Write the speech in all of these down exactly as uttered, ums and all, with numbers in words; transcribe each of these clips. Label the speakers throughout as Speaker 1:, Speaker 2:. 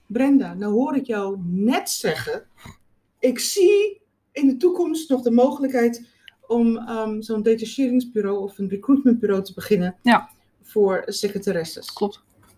Speaker 1: Brenda, nou hoor ik jou net zeggen, ik zie in de toekomst nog de mogelijkheid om um, zo'n detacheringsbureau of een recruitmentbureau te beginnen
Speaker 2: ja.
Speaker 1: voor secretaresses.
Speaker 2: Klopt.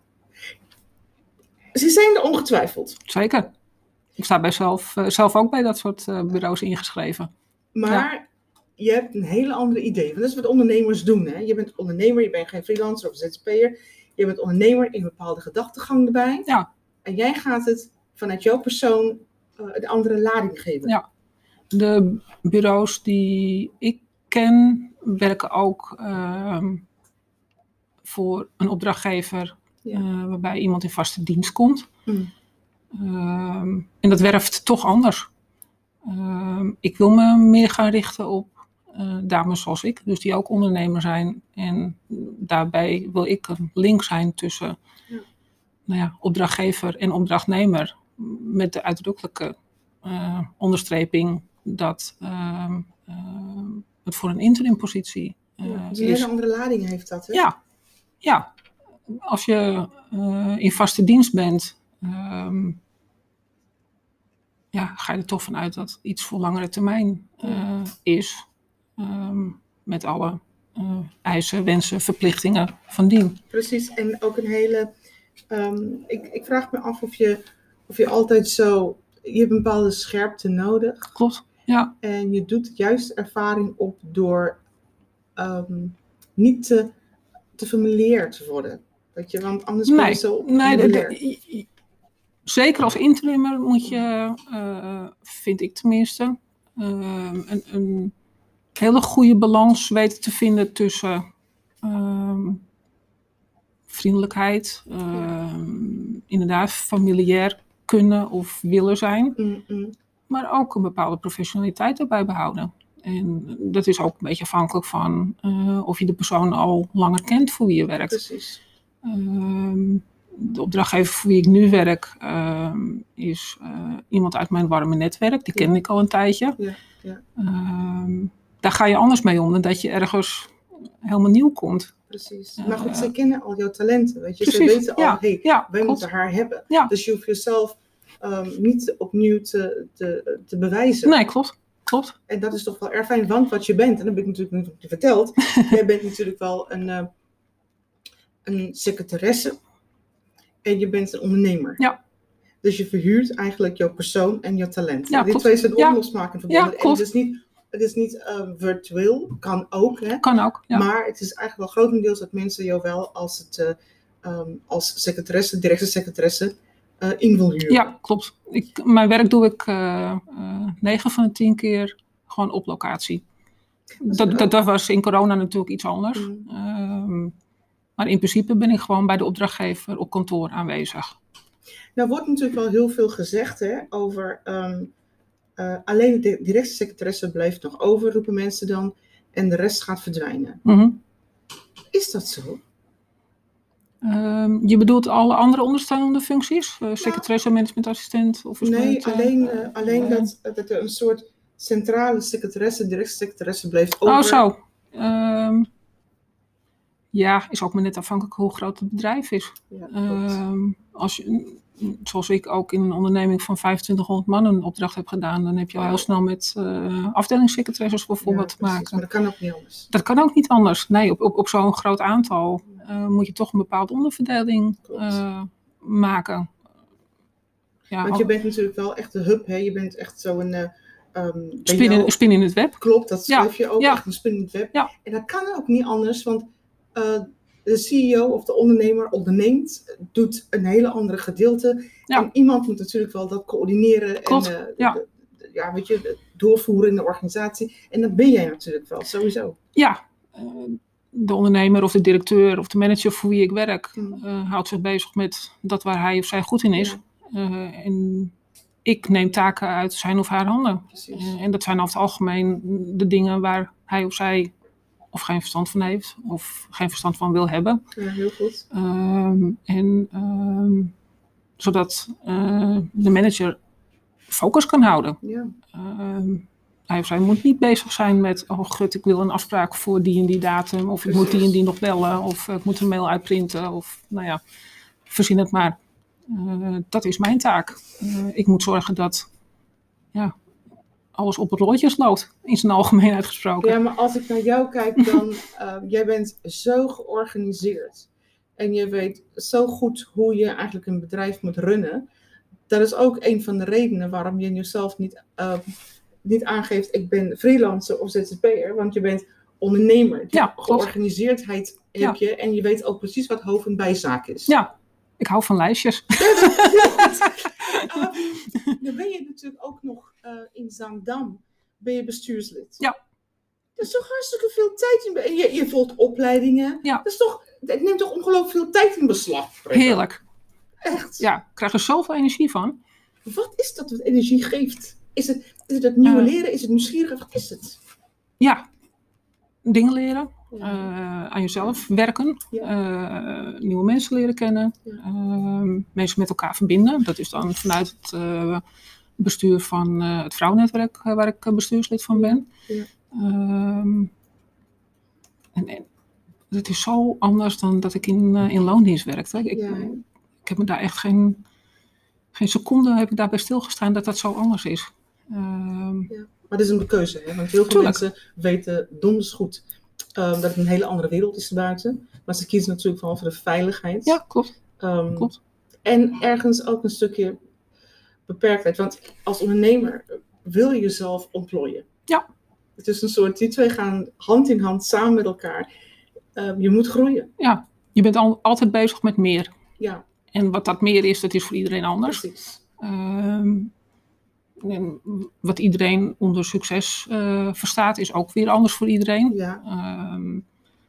Speaker 1: Ze zijn er ongetwijfeld.
Speaker 2: Zeker. Ik sta bij zelf, uh, zelf ook bij dat soort uh, bureaus ingeschreven.
Speaker 1: Maar
Speaker 2: ja.
Speaker 1: je hebt een hele andere idee. Want dat is wat ondernemers doen. Hè? Je bent ondernemer, je bent geen freelancer of Z Z P'er. Je bent ondernemer in een bepaalde gedachtegang erbij.
Speaker 2: Ja.
Speaker 1: En jij gaat het vanuit jouw persoon uh, een andere lading geven.
Speaker 2: Ja. De bureaus die ik ken werken ook uh, voor een opdrachtgever ja. uh, waarbij iemand in vaste dienst komt. Mm. Uh, en dat werft toch anders. Uh, ik wil me meer gaan richten op uh, dames zoals ik, dus die ook ondernemer zijn. En daarbij wil ik een link zijn tussen ja. Nou ja, opdrachtgever en opdrachtnemer. Met de uitdrukkelijke uh, onderstreping dat uh, uh, het voor een interimpositie uh,
Speaker 1: ja, dus een hele andere lading heeft dat, hè?
Speaker 2: Ja, ja. Als je uh, in vaste dienst bent, um, ja, ga je er toch vanuit dat iets voor langere termijn uh, is. Um, met alle uh, eisen, wensen, verplichtingen van dien.
Speaker 1: Precies, en ook een hele... Um, ik, ik vraag me af of je, of je altijd zo... Je hebt een bepaalde scherpte nodig.
Speaker 2: Klopt, ja.
Speaker 1: En je doet juist ervaring op door um, niet te, te familiair te worden. Weet je, want anders ben je
Speaker 2: nee,
Speaker 1: zo
Speaker 2: nee, de, de, zeker als interimmer moet je, uh, vind ik tenminste, uh, een, een hele goede balans weten te vinden tussen uh, vriendelijkheid, uh, ja. inderdaad familiair kunnen of willen zijn,
Speaker 1: Mm-mm.
Speaker 2: maar ook een bepaalde professionaliteit erbij behouden. En dat is ook een beetje afhankelijk van uh, of je de persoon al langer kent voor wie je werkt.
Speaker 1: Precies.
Speaker 2: Uh, de opdrachtgever voor wie ik nu werk uh, is uh, iemand uit mijn warme netwerk. Die ken ja. ik al een tijdje.
Speaker 1: Ja. Ja.
Speaker 2: Uh, daar ga je anders mee om dan dat je ergens helemaal nieuw komt.
Speaker 1: Precies. Maar goed, uh, ze kennen al jouw talenten. Weet je?
Speaker 2: Precies.
Speaker 1: Ze weten al,
Speaker 2: ja.
Speaker 1: hey,
Speaker 2: ja,
Speaker 1: wij
Speaker 2: klopt.
Speaker 1: moeten haar hebben.
Speaker 2: Ja.
Speaker 1: Dus je hoeft jezelf um, niet opnieuw te, te, te bewijzen.
Speaker 2: Nee, klopt. Klopt.
Speaker 1: En dat is toch wel erg fijn, want wat je bent, en dat heb ik natuurlijk niet verteld, jij bent natuurlijk wel een, uh, een secretaresse en je bent een ondernemer.
Speaker 2: Ja.
Speaker 1: Dus je verhuurt eigenlijk jouw persoon en jouw talent.
Speaker 2: Ja,
Speaker 1: die
Speaker 2: klopt.
Speaker 1: twee zijn
Speaker 2: ja.
Speaker 1: onlosmakend verbonden.
Speaker 2: Ja,
Speaker 1: en het is niet, het is niet uh, virtueel, kan ook. Hè?
Speaker 2: Kan ook, ja.
Speaker 1: Maar het is eigenlijk wel grotendeels dat mensen jou wel als, het, uh, um, als secretaresse, directe secretaresse, Uh, in wil huren.
Speaker 2: Ja, klopt. Ik, mijn werk doe ik uh, uh, negen van de tien keer gewoon op locatie. Dat, dat, dat was in corona natuurlijk iets anders. Mm. Um, maar in principe ben ik gewoon bij de opdrachtgever op kantoor aanwezig.
Speaker 1: Nou wordt natuurlijk wel heel veel gezegd hè, over um, uh, alleen de directe secretaresse blijft nog over, roepen mensen dan, en de rest gaat verdwijnen.
Speaker 2: Mm-hmm.
Speaker 1: Is dat zo?
Speaker 2: Um, je bedoelt alle andere ondersteunende functies? Uh, secretaresse, managementassistent? Of
Speaker 1: nee, uh, alleen, uh, alleen uh, dat, dat er een soort centrale secretaresse, directe secretaresse blijft over.
Speaker 2: Oh zo. Um, ja, is ook maar net afhankelijk hoe groot het bedrijf is.
Speaker 1: Ja,
Speaker 2: um, als je, zoals ik ook in een onderneming van vijfentwintighonderd man een opdracht heb gedaan, dan heb je al heel snel met uh, afdelingssecretaresses bijvoorbeeld
Speaker 1: ja,
Speaker 2: te maken.
Speaker 1: Maar dat kan ook niet anders.
Speaker 2: Dat kan ook niet anders. Nee, op, op, op zo'n groot aantal uh, moet je toch een bepaalde onderverdeling uh, maken.
Speaker 1: Ja, Want je bent natuurlijk wel echt de hub, hè? Je bent echt zo'n uh, um,
Speaker 2: spin, in, spin in het web.
Speaker 1: Klopt, dat schrijf
Speaker 2: ja,
Speaker 1: je ook,
Speaker 2: ja.
Speaker 1: echt een spin in het web.
Speaker 2: Ja.
Speaker 1: En dat kan ook niet anders, want uh, de C E O of de ondernemer onderneemt, doet een hele andere gedeelte.
Speaker 2: Ja.
Speaker 1: En iemand moet natuurlijk wel dat coördineren
Speaker 2: Klopt.
Speaker 1: en uh,
Speaker 2: ja.
Speaker 1: De, de, ja, weet je, de doorvoeren in de organisatie. En dat ben jij natuurlijk wel, sowieso.
Speaker 2: Ja, uh, de ondernemer of de directeur of de manager voor wie ik werk uh, houdt zich bezig met dat waar hij of zij goed in is. Ja. Uh, en ik neem taken uit zijn of haar handen. Uh, en dat zijn over het algemeen de dingen waar hij of zij of geen verstand van heeft of geen verstand van wil hebben.
Speaker 1: Ja, heel goed.
Speaker 2: Um, en um, zodat uh, de manager focus kan houden.
Speaker 1: Ja.
Speaker 2: Um, hij of zij moet niet bezig zijn met, oh gut, ik wil een afspraak voor die en die datum, of ik Precies. moet die en die nog bellen, of ik moet een mail uitprinten, of nou ja, verzin het maar. Uh, dat is mijn taak. Uh, ik moet zorgen dat ja, alles op het rolletjes loopt, in zijn algemeenheid gesproken.
Speaker 1: Ja, maar als ik naar jou kijk, dan uh, jij bent zo georganiseerd. En je weet zo goed hoe je eigenlijk een bedrijf moet runnen. Dat is ook een van de redenen waarom je jezelf niet, uh, niet aangeeft, ik ben freelancer of Z Z P'er. Want je bent ondernemer.
Speaker 2: Ja,
Speaker 1: georganiseerdheid heb ja. je en je weet ook precies wat hoofd- en bijzaak is.
Speaker 2: Ja, ik hou van lijstjes.
Speaker 1: uh, dan ben je natuurlijk ook nog uh, in Zaandam, ben je bestuurslid.
Speaker 2: Ja.
Speaker 1: Dat is toch hartstikke veel tijd in. Je, je volgt opleidingen.
Speaker 2: Ja.
Speaker 1: Dat is toch, het neemt toch ongelooflijk veel tijd in beslag. Freda.
Speaker 2: Heerlijk.
Speaker 1: Echt.
Speaker 2: Ja, ik krijg er zoveel energie van.
Speaker 1: Wat is dat wat energie geeft? Is het is het, het nieuwe uh, leren? Is het nieuwsgierig? Wat is het?
Speaker 2: Ja, dingen leren. Ja. Uh, aan jezelf werken. Ja. Uh, nieuwe mensen leren kennen. Ja. Uh, mensen met elkaar verbinden. Dat is dan vanuit het uh, bestuur van uh, het vrouwennetwerk uh, waar ik bestuurslid van ben. Ja. Um, en, en het is zo anders dan dat ik in, uh, in loondienst werkte. Ik, ja. ik heb me daar echt geen, geen seconde heb ik daarbij stilgestaan dat dat zo anders is. Um,
Speaker 1: ja. Maar dat is een keuze, hè? Want heel veel tuurlijk. mensen weten donders goed uh, dat het een hele andere wereld is buiten. Maar ze kiezen natuurlijk vooral voor de veiligheid.
Speaker 2: Ja, klopt.
Speaker 1: Um,
Speaker 2: klopt.
Speaker 1: En ergens ook een stukje beperktheid. Want als ondernemer wil je jezelf ontplooien.
Speaker 2: Ja.
Speaker 1: Het is een soort, die twee gaan hand in hand samen met elkaar. Uh, je moet groeien.
Speaker 2: Ja, je bent al, altijd bezig met meer.
Speaker 1: Ja.
Speaker 2: En wat dat meer is, dat is voor iedereen anders.
Speaker 1: Precies.
Speaker 2: Um, en wat iedereen onder succes uh, verstaat, is ook weer anders voor iedereen.
Speaker 1: Ja.
Speaker 2: Um,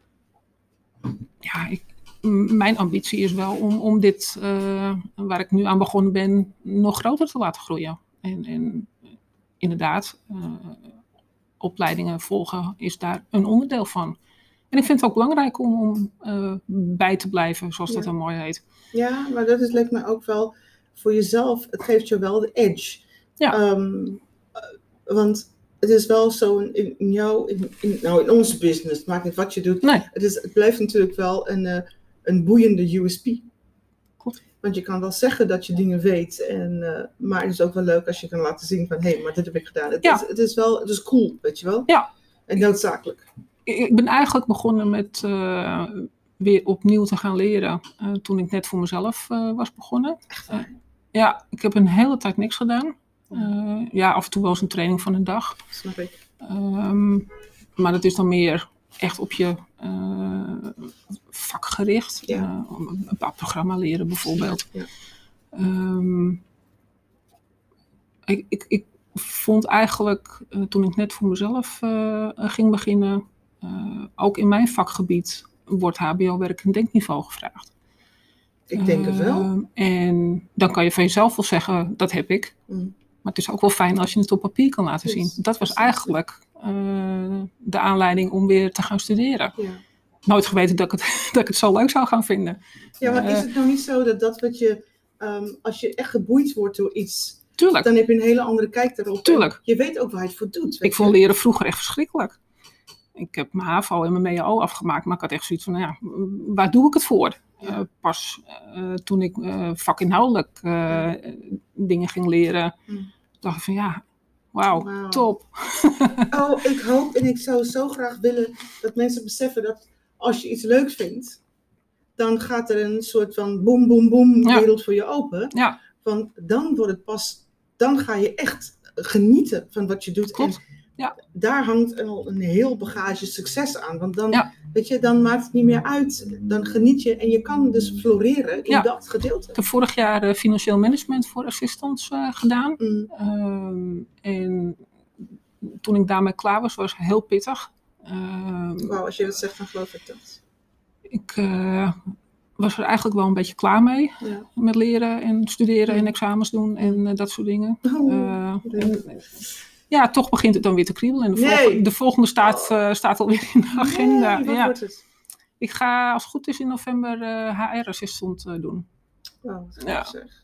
Speaker 2: ja, ik, m- mijn ambitie is wel om, om dit, uh, waar ik nu aan begonnen ben, nog groter te laten groeien. En, en inderdaad, uh, opleidingen volgen is daar een onderdeel van. En ik vind het ook belangrijk om, om uh, bij te blijven, zoals ja. dat dan mooi heet.
Speaker 1: Ja, maar dat is, lijkt me ook wel voor jezelf, het geeft je wel de edge.
Speaker 2: Ja.
Speaker 1: Um, uh, want het is wel zo in, in jou, in, in, nou in onze business, het maakt niet wat je doet.
Speaker 2: Nee.
Speaker 1: Het, is, het blijft natuurlijk wel een, uh, een boeiende U S P.
Speaker 2: Goed.
Speaker 1: Want je kan wel zeggen dat je dingen weet, en, uh, maar het is ook wel leuk als je kan laten zien van, hé, hey, maar dit heb ik gedaan. Het,
Speaker 2: ja.
Speaker 1: is, het is wel, het is cool, weet je wel?
Speaker 2: Ja.
Speaker 1: En noodzakelijk.
Speaker 2: Ik ben eigenlijk begonnen met uh, weer opnieuw te gaan leren uh, toen ik net voor mezelf uh, was begonnen.
Speaker 1: Echt waar?
Speaker 2: Uh, ja, ik heb een hele tijd niks gedaan. Uh, ja, af en toe wel eens een training van een dag.
Speaker 1: Snap ik.
Speaker 2: Um, maar dat is dan meer echt op je uh, vak gericht.
Speaker 1: Ja.
Speaker 2: Uh, een bepaald programma leren bijvoorbeeld.
Speaker 1: Ja.
Speaker 2: Um, ik, ik, ik vond eigenlijk, uh, toen ik net voor mezelf uh, ging beginnen, uh, ook in mijn vakgebied wordt H B O-werk en denkniveau gevraagd.
Speaker 1: Ik denk het wel.
Speaker 2: Uh, en dan kan je van jezelf wel zeggen, dat heb ik.
Speaker 1: Mm.
Speaker 2: Maar het is ook wel fijn als je het op papier kan laten
Speaker 1: Yes.
Speaker 2: zien. Dat was eigenlijk uh, de aanleiding om weer te gaan studeren.
Speaker 1: Ja.
Speaker 2: Nooit geweten dat ik, het, dat ik het zo leuk zou gaan vinden.
Speaker 1: Ja, maar
Speaker 2: uh,
Speaker 1: is het nou niet zo dat dat wat je, um, als je echt geboeid wordt door iets,
Speaker 2: tuurlijk.
Speaker 1: Dan heb je een hele andere kijk erop.
Speaker 2: Tuurlijk.
Speaker 1: Je weet ook waar je het voor doet.
Speaker 2: Ik vond leren vroeger echt verschrikkelijk. Ik heb mijn HAVO en mijn M A O afgemaakt, maar ik had echt zoiets van, nou ja, waar doe ik het voor?
Speaker 1: Ja.
Speaker 2: Uh, pas uh, toen ik uh, vakinhoudelijk uh, dingen ging leren,
Speaker 1: mm.
Speaker 2: dacht ik van ja, wauw, wow. Top.
Speaker 1: Oh, ik hoop en ik zou zo graag willen dat mensen beseffen dat als je iets leuks vindt, dan gaat er een soort van boem, boem, boem
Speaker 2: ja.
Speaker 1: wereld voor je open.
Speaker 2: Ja.
Speaker 1: Want dan wordt het pas, dan ga je echt genieten van wat je doet.
Speaker 2: Klopt.
Speaker 1: En
Speaker 2: ja.
Speaker 1: daar hangt een, een heel bagage succes aan. Want dan,
Speaker 2: ja.
Speaker 1: weet je, dan maakt het niet meer uit. Dan geniet je en je kan dus floreren in
Speaker 2: ja.
Speaker 1: dat gedeelte.
Speaker 2: Ik heb vorig jaar uh, financieel management voor assistants uh, gedaan.
Speaker 1: Mm.
Speaker 2: Um, en toen ik daarmee klaar was, was het heel pittig. Um,
Speaker 1: Wauw, als je dat zegt, dan geloof ik dat.
Speaker 2: Ik uh, was er eigenlijk wel een beetje klaar mee.
Speaker 1: Ja.
Speaker 2: Met leren en studeren
Speaker 1: mm.
Speaker 2: en examens doen en uh, dat soort dingen.
Speaker 1: Oh,
Speaker 2: uh, en, ja, toch begint het dan weer te kriebelen. En de,
Speaker 1: nee.
Speaker 2: volgende, de volgende staat, uh, staat alweer in de agenda.
Speaker 1: Nee, wat
Speaker 2: ja.
Speaker 1: wordt het?
Speaker 2: Ik ga, als het goed is, in november uh, H R-assistent uh, doen.
Speaker 1: Wauw, dat
Speaker 2: ja.
Speaker 1: zeg.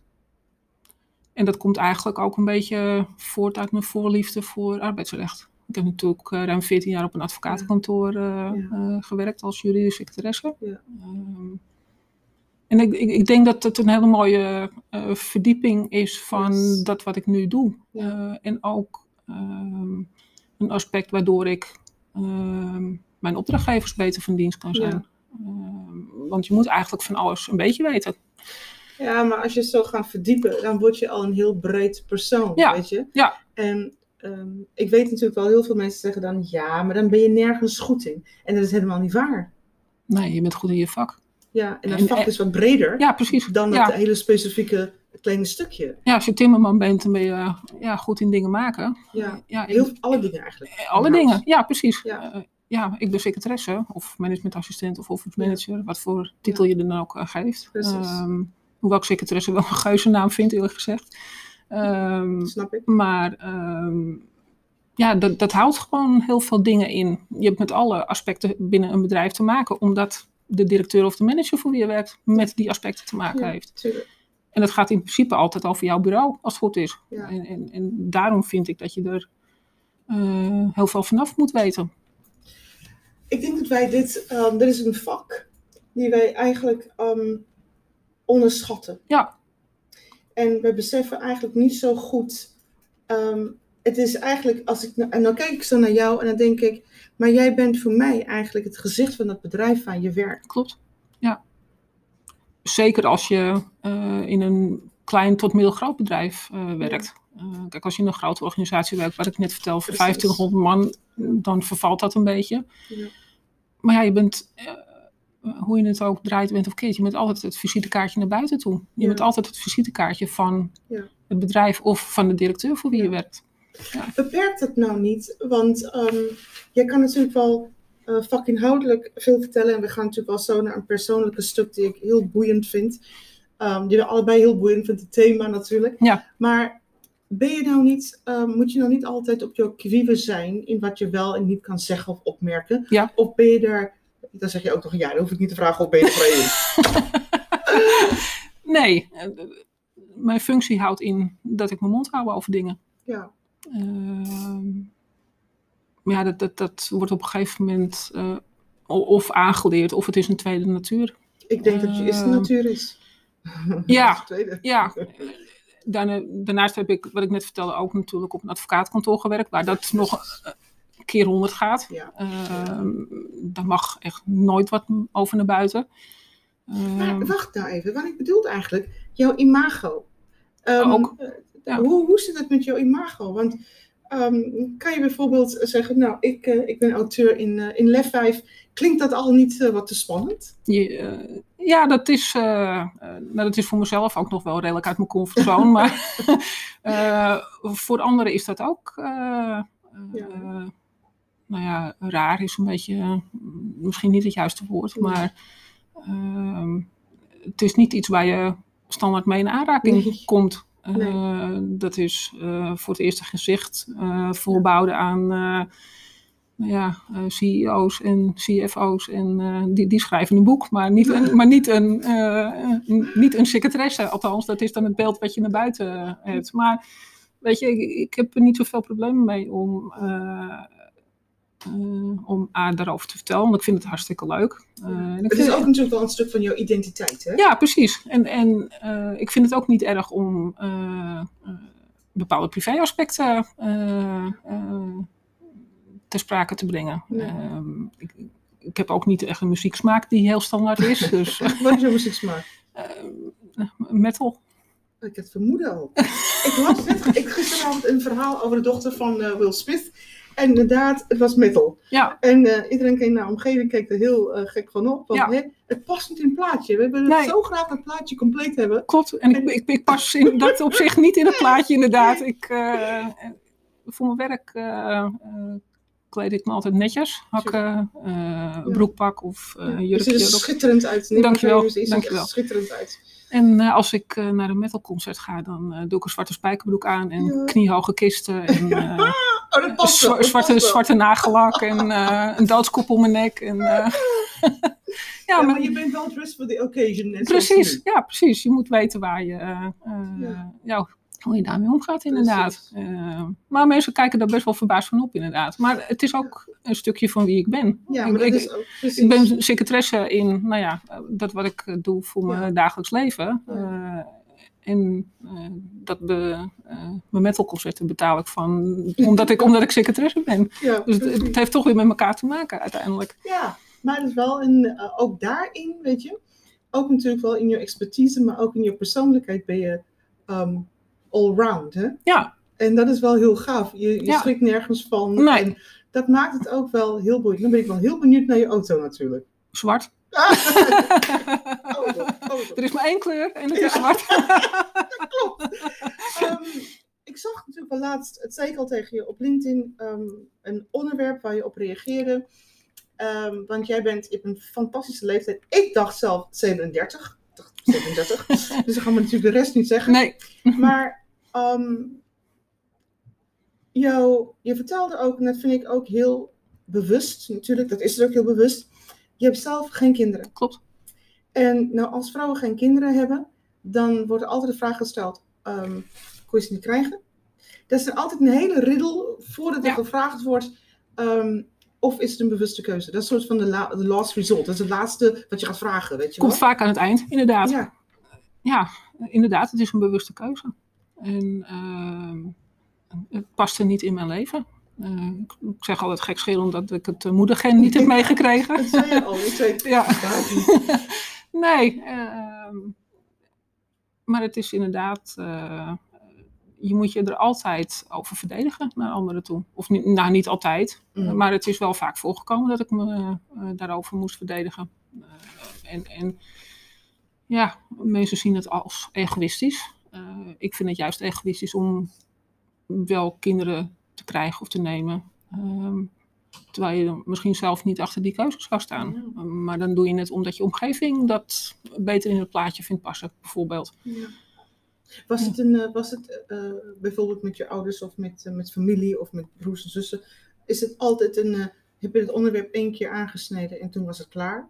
Speaker 2: En dat komt eigenlijk ook een beetje voort uit mijn voorliefde voor arbeidsrecht. Ik heb natuurlijk uh, ruim veertien jaar op een advocatenkantoor uh, ja. uh, gewerkt als juridische secretaresse.
Speaker 1: Ja.
Speaker 2: Um, En ik, ik, ik denk dat het een hele mooie uh, verdieping is van
Speaker 1: Yes.
Speaker 2: dat wat ik nu doe.
Speaker 1: Ja.
Speaker 2: Uh, en ook um, een aspect waardoor ik um, mijn opdrachtgevers beter van dienst kan zijn. Ja. Um, want je moet eigenlijk van alles een beetje weten.
Speaker 1: Ja, maar als je het zo gaat verdiepen, dan word je al een heel breed persoon,
Speaker 2: ja.
Speaker 1: weet je.
Speaker 2: Ja.
Speaker 1: En um, ik weet natuurlijk wel, heel veel mensen zeggen dan, ja, maar dan ben je nergens goed in. En dat is helemaal niet waar.
Speaker 2: Nee, je bent goed in je vak.
Speaker 1: Ja, en dat en, vak en, is wat breder
Speaker 2: ja, precies.
Speaker 1: dan
Speaker 2: ja.
Speaker 1: het hele specifieke kleine stukje.
Speaker 2: Ja, als je timmerman bent, dan ben je ja, goed in dingen maken.
Speaker 1: Ja, ja heel, ik, alle dingen eigenlijk.
Speaker 2: Alle dingen, ja, precies.
Speaker 1: Ja.
Speaker 2: Uh, ja, ik ben secretaresse of managementassistent of office manager, ja. Wat voor titel ja. je dan ook uh, geeft. Um, hoewel ik secretaresse wel een geuzennaam vind, eerlijk gezegd. Um,
Speaker 1: Snap ik.
Speaker 2: Maar um, ja, dat, dat houdt gewoon heel veel dingen in. Je hebt met alle aspecten binnen een bedrijf te maken, omdat de directeur of de manager voor wie je werkt met die aspecten te maken
Speaker 1: ja,
Speaker 2: heeft.
Speaker 1: Tuurlijk.
Speaker 2: En dat gaat in principe altijd over jouw bureau, als het goed is.
Speaker 1: Ja.
Speaker 2: En, en, en daarom vind ik dat je er uh, heel veel vanaf moet weten.
Speaker 1: Ik denk dat wij dit, um, dit is een vak die wij eigenlijk um, onderschatten.
Speaker 2: Ja.
Speaker 1: En we beseffen eigenlijk niet zo goed. Um, het is eigenlijk, als ik, en dan kijk ik zo naar jou en dan denk ik, maar jij bent voor mij eigenlijk het gezicht van het bedrijf waar je werkt.
Speaker 2: Klopt, ja. Zeker als je uh, in een klein tot middelgroot bedrijf uh, werkt. Ja. Uh, kijk, als je in een grote organisatie werkt, wat ik net vertel, voor vijfentwintighonderd man, dan vervalt dat een beetje.
Speaker 1: Ja.
Speaker 2: Maar ja, je bent, uh, hoe je het ook draait, bent of keert, je bent altijd het visitekaartje naar buiten toe. Je ja. bent altijd het visitekaartje van ja. het bedrijf of van de directeur voor wie ja. je werkt.
Speaker 1: Ja. Beperkt het nou niet, want um, jij kan natuurlijk wel uh, vakinhoudelijk veel vertellen en we gaan natuurlijk wel zo naar een persoonlijke stuk die ik heel boeiend vind. Um, die we allebei heel boeiend vinden, het thema natuurlijk.
Speaker 2: Ja.
Speaker 1: Maar ben je nou niet, uh, moet je nou niet altijd op je qui-vive zijn in wat je wel en niet kan zeggen of opmerken?
Speaker 2: Ja.
Speaker 1: Of ben je daar, dan zeg je ook nog ja, dan hoef ik niet te vragen of ben je er vrij in?
Speaker 2: Nee, mijn functie houdt in dat ik mijn mond hou over dingen.
Speaker 1: Ja.
Speaker 2: Uh, ja, dat, dat, dat wordt op een gegeven moment uh, of aangeleerd of het is een tweede natuur.
Speaker 1: Ik denk uh, dat je eerste natuur is.
Speaker 2: Ja, ja. Daarna, daarnaast heb ik, wat ik net vertelde, ook natuurlijk op een advocaatkantoor gewerkt, waar dat nog een keer honderd gaat.
Speaker 1: Ja.
Speaker 2: Uh, daar mag echt nooit wat over naar buiten.
Speaker 1: Uh, maar wacht nou even, wat ik bedoel eigenlijk, jouw imago. Um,
Speaker 2: ook. Ja.
Speaker 1: Hoe, hoe zit het met jouw imago? Want um, kan je bijvoorbeeld zeggen, nou, ik, uh, ik ben auteur in, uh, in Lef vijf. Klinkt dat al niet uh, wat te spannend?
Speaker 2: Je, uh, ja, dat is, uh, uh, nou, dat is voor mezelf ook nog wel redelijk uit mijn comfortzone. maar uh, voor anderen is dat ook, uh, uh, ja. nou ja, raar is een beetje, uh, misschien niet het juiste woord. Nee. Maar uh, het is niet iets waar je standaard mee in aanraking nee. komt. Uh, nee. Dat is uh, voor het eerste gezicht uh, voorbouwde aan uh, nou ja, uh, C E O's en C F O's. En uh, die, die schrijven een boek, maar niet een, maar niet een, uh, een, niet een secretaresse. Althans, dat is dan het beeld wat je naar buiten hebt. Maar weet je, ik, ik heb er niet zoveel problemen mee om... Uh, Uh, om A, daarover te vertellen, want ik vind het hartstikke leuk. Uh, en ik
Speaker 1: het is
Speaker 2: vind,
Speaker 1: ook natuurlijk wel een stuk van jouw identiteit, hè?
Speaker 2: Ja, precies. En, en uh, ik vind het ook niet erg om uh, uh, bepaalde privéaspecten uh, uh, ter sprake te brengen.
Speaker 1: Nee.
Speaker 2: Uh, ik, ik heb ook niet echt een muzieksmaak die heel standaard is. Dus,
Speaker 1: Wat is jouw muzieksmaak?
Speaker 2: Uh, metal.
Speaker 1: Ik had het vermoeden al. ik las net ik, gisteravond een verhaal over de dochter van uh, Will Smith. En inderdaad, het was metal.
Speaker 2: Ja.
Speaker 1: En uh, iedereen in de omgeving keek er heel uh, gek van op. Want
Speaker 2: ja.
Speaker 1: hè, het past niet in het plaatje. We willen nee. zo graag het plaatje compleet hebben.
Speaker 2: Klopt. En, en... Ik, ik, ik pas in, dat op zich niet in het plaatje inderdaad. Ik, uh, voor mijn werk uh, uh, kleed ik me altijd netjes. Hakken, uh, ja. broekpak of uh,
Speaker 1: ja.
Speaker 2: jurkje.
Speaker 1: Je ziet er schitterend uit. Nee,
Speaker 2: dankjewel.
Speaker 1: Je ziet
Speaker 2: dankjewel.
Speaker 1: schitterend uit.
Speaker 2: En uh, als ik uh, naar een metalconcert ga, dan uh, doe ik een zwarte spijkerbroek aan en ja. kniehoge kisten. En, uh,
Speaker 1: oh, dat past
Speaker 2: zwa-
Speaker 1: wel, dat
Speaker 2: zwarte,
Speaker 1: past
Speaker 2: zwarte nagellak en uh, een doodskop om mijn nek. En, uh,
Speaker 1: ja, ja, maar, maar je bent wel dressed for the occasion.
Speaker 2: Precies, ja, precies. Je moet weten waar je uh, uh, ja. jou hoe je daarmee omgaat, inderdaad. Uh, maar mensen kijken daar best wel verbaasd van op, inderdaad. Maar het is ook een stukje van wie ik ben.
Speaker 1: Ja,
Speaker 2: ik,
Speaker 1: maar dat
Speaker 2: ik,
Speaker 1: is ook
Speaker 2: ik ben secretaresse in, nou ja, dat wat ik doe voor mijn
Speaker 1: ja.
Speaker 2: dagelijks leven.
Speaker 1: Ja.
Speaker 2: Uh, en uh, dat be, uh, mijn metalconcerten betaal ik van, omdat ik, omdat ik secretaresse ben.
Speaker 1: Ja,
Speaker 2: dus het, het heeft toch weer met elkaar te maken, uiteindelijk.
Speaker 1: Ja, maar het is wel in, uh, ook daarin, weet je, ook natuurlijk wel in je expertise, maar ook in je persoonlijkheid ben je um, allround, hè?
Speaker 2: Ja.
Speaker 1: En dat is wel heel gaaf. Je, je
Speaker 2: ja.
Speaker 1: schrikt nergens van.
Speaker 2: Nee.
Speaker 1: En dat maakt het ook wel heel boeiend. Dan ben ik wel heel benieuwd naar je auto natuurlijk.
Speaker 2: Zwart.
Speaker 1: Ah. oh, oh,
Speaker 2: er is maar één kleur en het ja. is zwart.
Speaker 1: dat klopt. Um, ik zag natuurlijk wel laatst, het zei ik al tegen je op LinkedIn, um, een onderwerp waar je op reageerde. Um, want jij bent, je hebt een fantastische leeftijd. Ik dacht zelf zevenendertig. Ik dacht zevenendertig. Dus dan gaan we natuurlijk de rest niet zeggen.
Speaker 2: Nee.
Speaker 1: Maar um, jou, je vertelde ook, en dat vind ik ook heel bewust, natuurlijk, dat is het ook heel bewust. Je hebt zelf geen kinderen.
Speaker 2: Klopt.
Speaker 1: En nou, als vrouwen geen kinderen hebben, dan wordt er altijd de vraag gesteld, um, kon je ze niet krijgen? Dat is altijd een hele riddle voordat er ja. gevraagd wordt, um, of is het een bewuste keuze? Dat is een soort van de, la- de last result. Dat is het laatste wat je gaat vragen, weet je
Speaker 2: Komt
Speaker 1: wel?
Speaker 2: vaak aan het eind, inderdaad.
Speaker 1: Ja.
Speaker 2: ja, inderdaad, het is een bewuste keuze. En uh, het past er niet in mijn leven. Uh, ik zeg altijd gekscherend dat ik het uh, moedergen niet heb meegekregen.
Speaker 1: Dat zei je al, ik zei het.
Speaker 2: Ja. nee, uh, maar het is inderdaad, uh, je moet je er altijd over verdedigen naar anderen toe. Of niet, nou, niet altijd, mm. uh, maar het is wel vaak voorgekomen dat ik me uh, daarover moest verdedigen. Uh, en, en ja, mensen zien het als egoïstisch. Uh, ik vind het juist egoïstisch om wel kinderen te krijgen of te nemen. Um, terwijl je dan misschien zelf niet achter die keuzes gaat staan. Ja. Maar dan doe je het omdat je omgeving dat beter in het plaatje vindt passen, bijvoorbeeld.
Speaker 1: Ja. Was het, een, was het uh, bijvoorbeeld met je ouders of met, uh, met familie of met broers en zussen, is het altijd een, uh, heb je het onderwerp één keer aangesneden en toen was het klaar?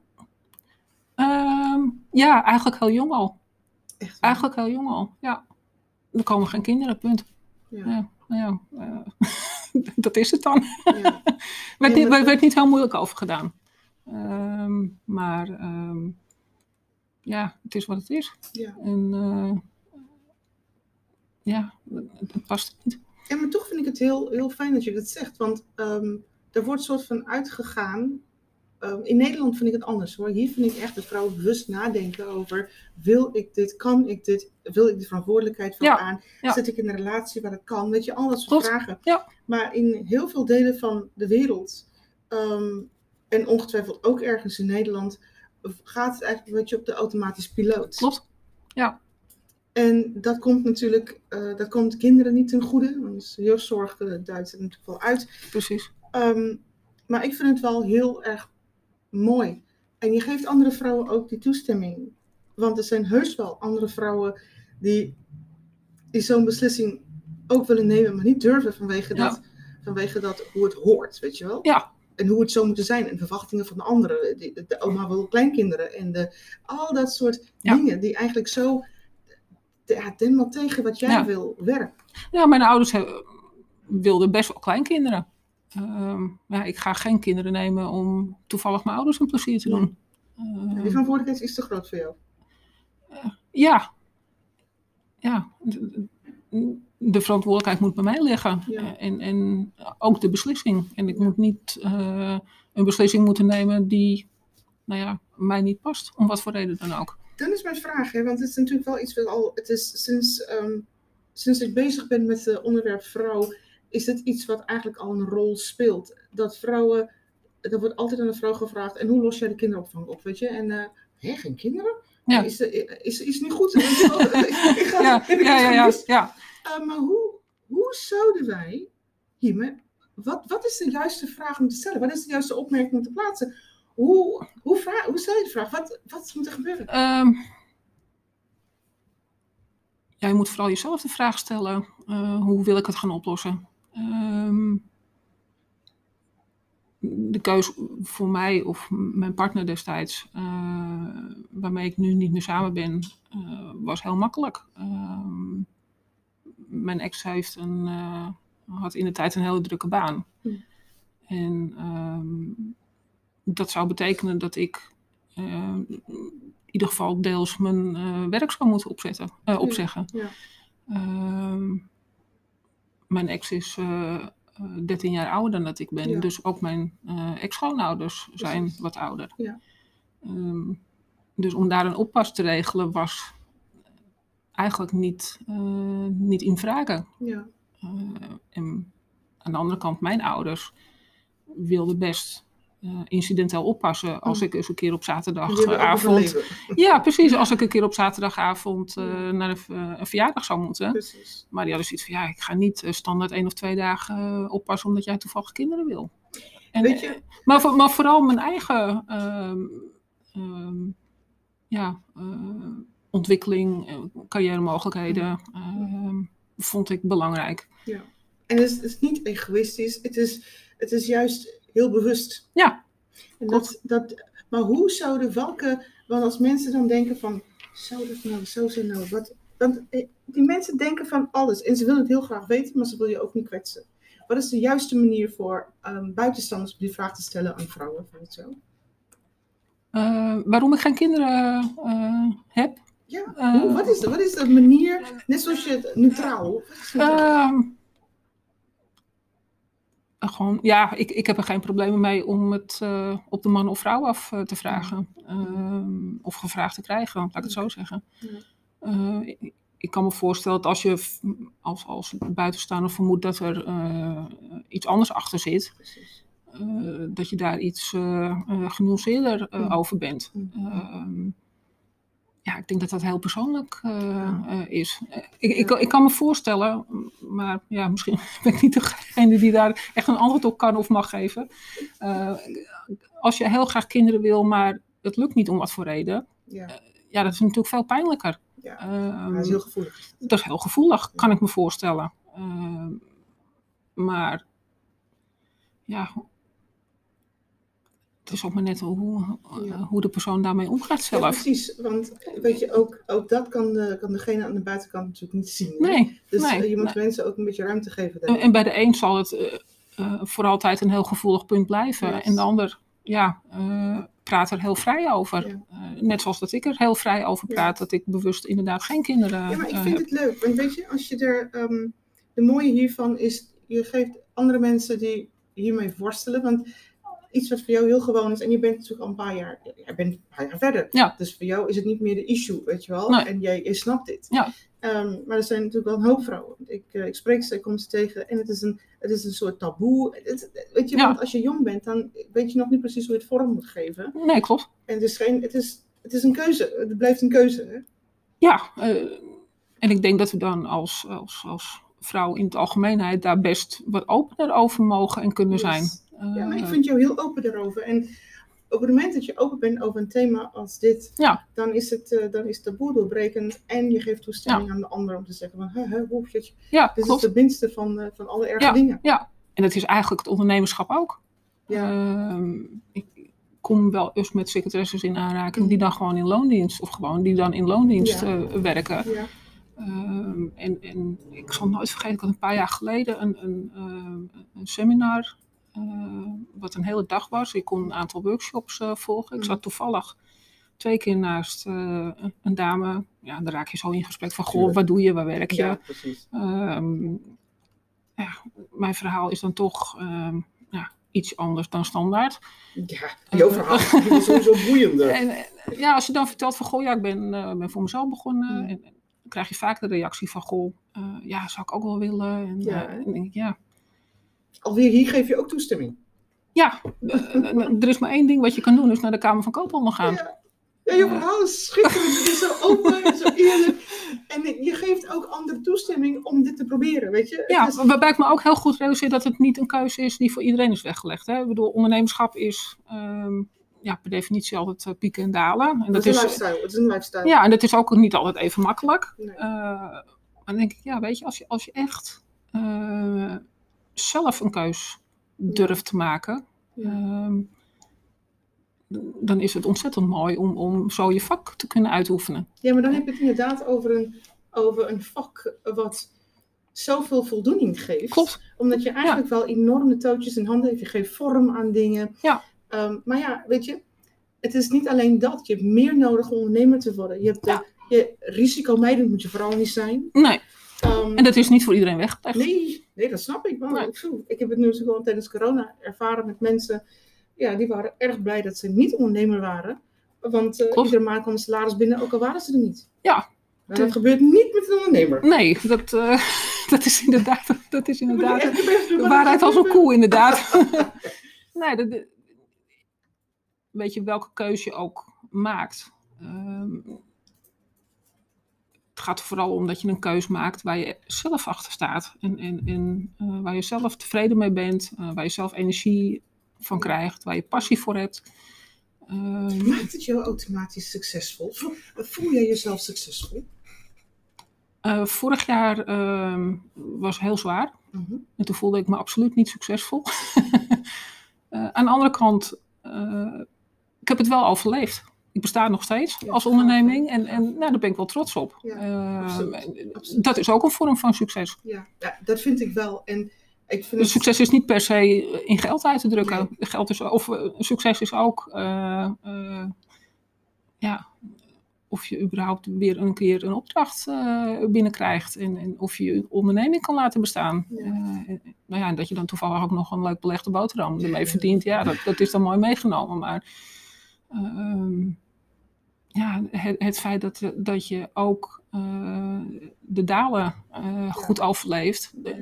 Speaker 2: Um, ja, eigenlijk heel jong al.
Speaker 1: Echt?
Speaker 2: Eigenlijk heel jong al, ja. Er komen geen kinderen, punt. Ja. Ja. Ja, uh, dat is het dan. Ja. werd, niet, werd niet heel moeilijk over gedaan. Um, maar um, ja, het is wat het is.
Speaker 1: Ja.
Speaker 2: En uh, ja, het, het past niet.
Speaker 1: Ja, maar toch vind ik het heel, heel fijn dat je dat zegt. Want um, er wordt soort van uitgegaan. Um, in Nederland vind ik het anders hoor. Hier vind ik echt dat vrouwen bewust nadenken over, wil ik dit, kan ik dit, wil ik de verantwoordelijkheid van ja, aan, ja. Zit ik in een relatie waar het kan, weet je, al dat soort
Speaker 2: Klopt.
Speaker 1: vragen.
Speaker 2: Ja.
Speaker 1: Maar in heel veel delen van de wereld, um, en ongetwijfeld ook ergens in Nederland, gaat het eigenlijk een beetje op de automatische piloot.
Speaker 2: Klopt, ja.
Speaker 1: En dat komt natuurlijk, uh, dat komt kinderen niet ten goede, want jeugdzorg uh, duidt er natuurlijk wel uit.
Speaker 2: Precies.
Speaker 1: Um, maar ik vind het wel heel erg mooi. En je geeft andere vrouwen ook die toestemming. Want er zijn heus wel andere vrouwen die, die zo'n beslissing ook willen nemen, maar niet durven vanwege, ja. dat, vanwege dat hoe het hoort, weet je wel?
Speaker 2: Ja.
Speaker 1: En hoe het zo moet zijn en verwachtingen van de anderen. De, de oma wil kleinkinderen en de, al dat soort ja. dingen die eigenlijk zo ja, helemaal tegen wat jij ja. wil werken.
Speaker 2: Ja, mijn ouders hebben, wilden best wel kleinkinderen. Uh, ja, ik ga geen kinderen nemen om toevallig mijn ouders een plezier te doen.
Speaker 1: Uh, die verantwoordelijkheid is te groot voor jou?
Speaker 2: Uh, ja. Ja. De, de verantwoordelijkheid moet bij mij liggen. Ja. En, en ook de beslissing. En ik moet niet uh, een beslissing moeten nemen die nou ja, mij niet past. Om wat voor reden dan ook.
Speaker 1: Dan is mijn vraag, hè, want het is natuurlijk wel iets wat al... Het is sinds, um, sinds ik bezig ben met het onderwerp vrouw, is het iets wat eigenlijk al een rol speelt. Dat vrouwen, er wordt altijd aan de vrouw gevraagd, en hoe los jij de kinderopvang op, weet je? En, uh, hé, geen kinderen? Ja. Is er is, is niet goed? ik ga,
Speaker 2: ja,
Speaker 1: heb ik
Speaker 2: ja, ja, ja, ja.
Speaker 1: Uh, maar hoe, hoe zouden wij hiermee... Wat, wat is de juiste vraag om te stellen? Wat is de juiste opmerking om te plaatsen? Hoe, hoe, vraag, hoe stel je de vraag? Wat, wat moet er gebeuren?
Speaker 2: Um, ja, je moet vooral jezelf de vraag stellen. Uh, hoe wil ik het gaan oplossen? Um, de keuze voor mij of mijn partner destijds, uh, waarmee ik nu niet meer samen ben, uh, was heel makkelijk. Um, mijn ex heeft een, uh, had in de tijd een hele drukke baan. Mm. En um, dat zou betekenen dat ik uh, in ieder geval deels mijn uh, werk zou moeten opzetten, uh, opzeggen. Ja. Ja. Uh, mijn ex is uh, dertien jaar ouder dan dat ik ben. Ja. Dus ook mijn uh, ex-schoonouders zijn Precies. wat ouder. Ja. Um, dus om daar een oppas te regelen was eigenlijk niet, uh, niet in vragen. Ja. Uh, en aan de andere kant, mijn ouders wilden best uh, incidenteel oppassen als mm. ik eens een keer op zaterdagavond... Ja, precies. Als ik een keer op zaterdagavond uh, ja. naar een, uh, een verjaardag zou moeten. Precies. Maar die hadden zoiets van, ja, ik ga niet uh, standaard één of twee dagen uh, oppassen omdat jij toevallig kinderen wil. En, Weet je? Uh, maar, voor, maar vooral mijn eigen uh, uh, ja, uh, ontwikkeling, uh, carrière mogelijkheden uh, vond ik belangrijk.
Speaker 1: Ja. En het is, het is niet egoïstisch, het is, het is juist heel bewust.
Speaker 2: Ja.
Speaker 1: En dat, dat, maar hoe zouden welke, want als mensen dan denken van, zou dat nou, zo zijn nou, wat, want die mensen denken van alles en ze willen het heel graag weten, maar ze willen je ook niet kwetsen. Wat is de juiste manier voor um, buitenstanders om die vraag te stellen aan vrouwen? Van het zo?
Speaker 2: Uh, waarom ik geen kinderen uh, heb?
Speaker 1: Ja, uh, hoe, wat, is de, wat is de manier, net zoals je het neutraal?
Speaker 2: Uh, gewoon, ja, ik, ik heb er geen problemen mee om het uh, op de man of vrouw af uh, te vragen. Uh, of gevraagd te krijgen, laat ik het zo zeggen. Uh, ik, ik kan me voorstellen dat als je als, als buitenstaander vermoedt dat er uh, iets anders achter zit, uh, dat je daar iets uh, uh, genuanceerder uh, over bent. Uh, Ja, ik denk dat dat heel persoonlijk uh, uh, is. Uh, ik, ik, ik kan me voorstellen, maar ja, misschien ben ik niet degene die daar echt een antwoord op kan of mag geven. Uh, als je heel graag kinderen wil, maar het lukt niet om wat voor reden. Ja, uh, ja dat is natuurlijk veel pijnlijker.
Speaker 1: Ja, uh, dat is heel gevoelig.
Speaker 2: Dat is heel gevoelig, kan ja. ik me voorstellen. Uh, maar ja... Het is ook maar net hoe, ja. hoe de persoon daarmee omgaat zelf.
Speaker 1: Ja, precies, want weet je, ook, ook dat kan, de, kan degene aan de buitenkant natuurlijk niet zien. Hè?
Speaker 2: Nee,
Speaker 1: dus
Speaker 2: nee,
Speaker 1: je moet
Speaker 2: nee.
Speaker 1: mensen ook een beetje ruimte geven.
Speaker 2: En, en bij de een zal het uh, uh, voor altijd een heel gevoelig punt blijven. Yes. En de ander ja, uh, praat er heel vrij over. Ja. Uh, net zoals dat ik er heel vrij over praat, ja. dat ik bewust inderdaad geen kinderen heb.
Speaker 1: Ja, maar ik vind uh, het leuk. Want weet je, als je er, um, de mooie hiervan is, je geeft andere mensen die hiermee worstelen. Want iets wat voor jou heel gewoon is. En je bent natuurlijk al een paar jaar, je bent een paar jaar verder.
Speaker 2: Ja.
Speaker 1: Dus voor jou is het niet meer de issue, weet je wel.
Speaker 2: Nee.
Speaker 1: En jij, jij snapt dit.
Speaker 2: Ja.
Speaker 1: Um, maar er zijn natuurlijk wel een hoop vrouwen. Ik, uh, ik spreek ze, ik kom ze tegen. En het is een, het is een soort taboe. Het, weet je, ja. want als je jong bent, dan weet je nog niet precies hoe je het vorm moet geven.
Speaker 2: Nee, klopt.
Speaker 1: En het is, geen, het is, het is een keuze. Het blijft een keuze. Hè?
Speaker 2: Ja. Uh, en ik denk dat we dan als, als, als vrouw in het algemeenheid daar best wat opener over mogen en kunnen zijn.
Speaker 1: Yes. Ja, maar ik vind jou heel open daarover. En op het moment dat je open bent over een thema als dit,
Speaker 2: ja.
Speaker 1: dan is het uh, dan is het taboe doorbrekend en je geeft toestemming ja. aan de ander om te zeggen van, huh, huh, hoe zit je?
Speaker 2: Ja,
Speaker 1: dit
Speaker 2: klopt.
Speaker 1: is het minste van, uh, van alle erge
Speaker 2: ja,
Speaker 1: dingen.
Speaker 2: Ja, en dat is eigenlijk het ondernemerschap ook.
Speaker 1: Ja.
Speaker 2: Uh, ik kom wel eens met secretaresses in aanraking die dan gewoon in loondienst, of gewoon die dan in loondienst ja. uh, werken.
Speaker 1: Ja.
Speaker 2: Uh, en, en ik zal nooit vergeten, ik had een paar jaar geleden een, een, uh, een seminar. Uh, wat een hele dag was. Ik kon een aantal workshops uh, volgen. Ik zat toevallig twee keer naast uh, een dame. Ja, dan raak je zo in gesprek van, goh, wat doe je, waar werk je?
Speaker 1: Ja, precies.
Speaker 2: Um, ja, mijn verhaal is dan toch um, ja, iets anders dan standaard.
Speaker 1: Ja, jouw verhaal is sowieso boeiender.
Speaker 2: En, ja, als je dan vertelt van, goh, ja, ik ben, uh, ben voor mezelf begonnen. Mm. En, en dan krijg je vaak de reactie van, goh, uh, ja, zou ik ook wel willen. En,
Speaker 1: ja.
Speaker 2: uh, en dan denk ik, ja...
Speaker 1: Alweer hier geef je ook toestemming.
Speaker 2: Ja, uh, er is maar één ding wat je kan doen, is naar de Kamer van Koophandel gaan.
Speaker 1: Ja, ja je verhaal is schitterend. Het is zo open en zo eerlijk. En je geeft ook anderen toestemming om dit te proberen, weet je.
Speaker 2: Ja,
Speaker 1: is...
Speaker 2: waarbij ik me ook heel goed realiseer dat het niet een keuze is die voor iedereen is weggelegd. Hè. Ik bedoel, ondernemerschap is um, ja, per definitie altijd uh, pieken en dalen. En
Speaker 1: dat, dat is een lifestyle. Het is een lifestyle.
Speaker 2: Ja, en dat is ook niet altijd even makkelijk.
Speaker 1: Nee.
Speaker 2: Uh, maar dan denk ik, ja, weet je, als je, als je echt... Uh, zelf een keus durft te maken, ja. um, dan is het ontzettend mooi om, om zo je vak te kunnen uitoefenen.
Speaker 1: Ja, maar dan heb je het inderdaad over een, over een vak wat zoveel voldoening geeft.
Speaker 2: Klopt.
Speaker 1: Omdat je eigenlijk ja. wel enorme touwtjes in handen heeft. Je geeft vorm aan dingen.
Speaker 2: Ja.
Speaker 1: Um, maar ja, weet je, het is niet alleen dat. Je hebt meer nodig om ondernemer te worden. Je hebt de, ja. je risicomijdend moet je vooral niet zijn.
Speaker 2: Nee. Um, en dat is niet voor iedereen weggelegd.
Speaker 1: Nee, nee, dat snap ik. Man. Nee. Ik, ik heb het nu gewoon tijdens corona ervaren met mensen. Ja, die waren erg blij dat ze niet ondernemer waren. Want uh, iedere maand kwam een salaris binnen, ook al waren ze er niet.
Speaker 2: Ja.
Speaker 1: Maar dat gebeurt niet met een ondernemer.
Speaker 2: Nee, dat, uh, dat is inderdaad, dat is inderdaad de waarheid als een koe, inderdaad. Nee, dat, dat, weet je welke keuze je ook maakt. Um, het gaat er vooral om dat je een keus maakt waar je zelf achter staat. En, en, en uh, waar je zelf tevreden mee bent. Uh, waar je zelf energie van krijgt. Waar je passie voor hebt.
Speaker 1: Um, Maakt het jou automatisch succesvol? Voel jij jezelf succesvol?
Speaker 2: Uh, vorig jaar uh, was heel zwaar. Mm-hmm. En toen voelde ik me absoluut niet succesvol. uh, aan de andere kant, uh, ik heb het wel overleefd. Ik besta nog steeds ja, als onderneming. En, en nou, daar ben ik wel trots op. Ja, uh, absoluut. Absoluut. Dat is ook een vorm van succes.
Speaker 1: Ja, ja dat vind ik wel. En ik vind
Speaker 2: dus succes is niet per se in geld uit te drukken. Nee. Geld is, of uh, succes is ook... Uh, uh, ja... Of je überhaupt weer een keer een opdracht uh, binnenkrijgt. En, en of je je onderneming kan laten bestaan. Ja. Uh, en, nou ja, en dat je dan toevallig ook nog een leuk belegde boterham ermee verdient. Ja, dat, dat is dan mooi meegenomen. Maar uh, ja, het, het feit dat, dat je ook uh, de dalen uh, ja. goed overleeft. Ja,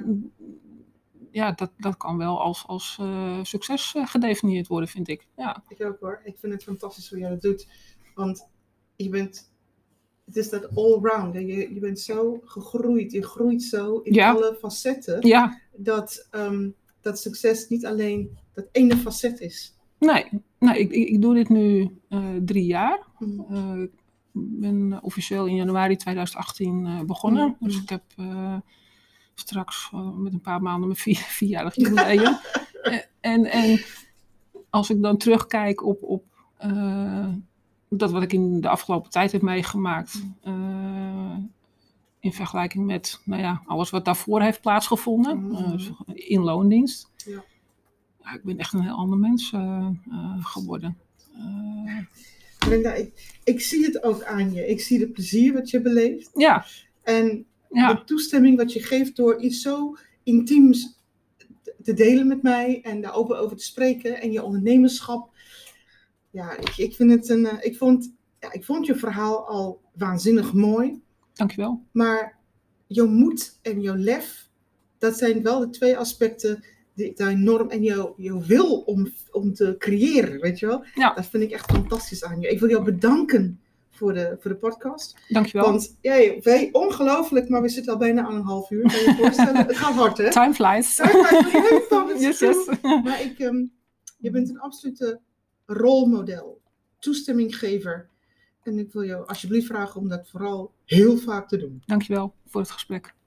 Speaker 2: ja dat, dat kan wel als, als uh, succes uh, gedefinieerd worden, vind ik. Ja.
Speaker 1: Ik ook hoor. Ik vind het fantastisch hoe jij dat doet. Want... Je bent, het is dat all-round. Je, je bent zo gegroeid. Je groeit zo in ja. alle facetten.
Speaker 2: Ja.
Speaker 1: Dat, um, dat succes niet alleen dat ene facet is.
Speaker 2: Nee, nee ik, ik, ik doe dit nu uh, drie jaar. Mm. Uh, ik ben officieel in januari twintig achttien uh, begonnen. Mm. Dus ik heb uh, straks uh, met een paar maanden mijn vier, vierjarig jubileum. en, en als ik dan terugkijk op... op uh, dat wat ik in de afgelopen tijd heb meegemaakt. Uh, in vergelijking met nou ja, alles wat daarvoor heeft plaatsgevonden. Mm-hmm. Uh, in loondienst. Ja. Ja, ik ben echt een heel ander mens uh, uh, geworden. Uh,
Speaker 1: Brenda, ik, ik zie het ook aan je. Ik zie het plezier wat je beleeft.
Speaker 2: Ja.
Speaker 1: En
Speaker 2: ja.
Speaker 1: de toestemming wat je geeft door iets zo intiems te delen met mij. En daar open over te spreken. En je ondernemerschap. Ja, ik, ik vind het een. Ik vond, ja, ik vond je verhaal al waanzinnig mooi.
Speaker 2: Dankjewel.
Speaker 1: Maar jouw moed en jouw lef, dat zijn wel de twee aspecten die ik daar enorm. En jouw, jouw wil om, om te creëren, weet je wel?
Speaker 2: Ja.
Speaker 1: Dat vind ik echt fantastisch aan je. Ik wil jou bedanken voor de, voor de podcast.
Speaker 2: Dankjewel.
Speaker 1: Want ja, wij, ongelooflijk, maar we zitten al bijna aan een half uur. Kan je je voorstellen? Het gaat hard, hè?
Speaker 2: Time flies.
Speaker 1: Time flies.
Speaker 2: Yes, yes.
Speaker 1: Maar ik, um, je bent een absolute rolmodel, toestemminggever. En ik wil jou alsjeblieft vragen om dat vooral heel vaak te doen.
Speaker 2: Dankjewel voor het gesprek.